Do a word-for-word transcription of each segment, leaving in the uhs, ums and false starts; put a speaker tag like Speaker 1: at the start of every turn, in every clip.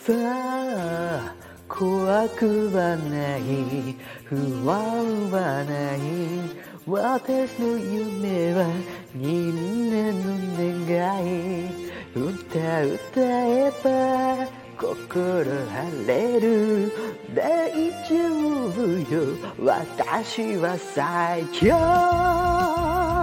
Speaker 1: さあ怖くはない不安はない私の夢はみんなの願い歌歌えば心晴れる大丈夫よ私は最強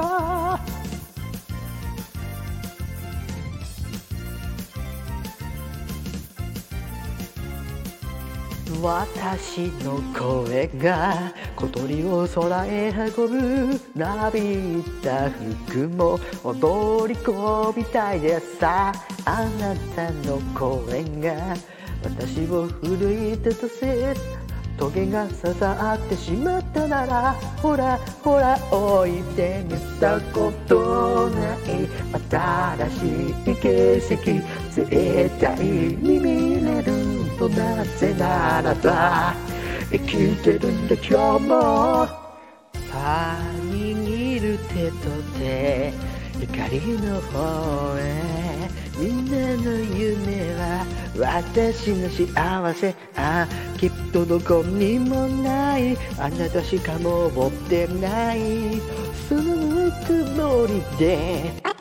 Speaker 1: 私の声が小鳥を空へ運ぶなびいた服も踊り込みたいでさあなたの声が私を奮い立たせトゲが刺さってしまったならほらほらおいで見たことない新しい景色絶対に見れるのなぜならば生きてるんだ今日もさあ握る手と手光の方へみんなの夢は私の幸せあきっとどこにもないあなたしかも持ってないそのつもりで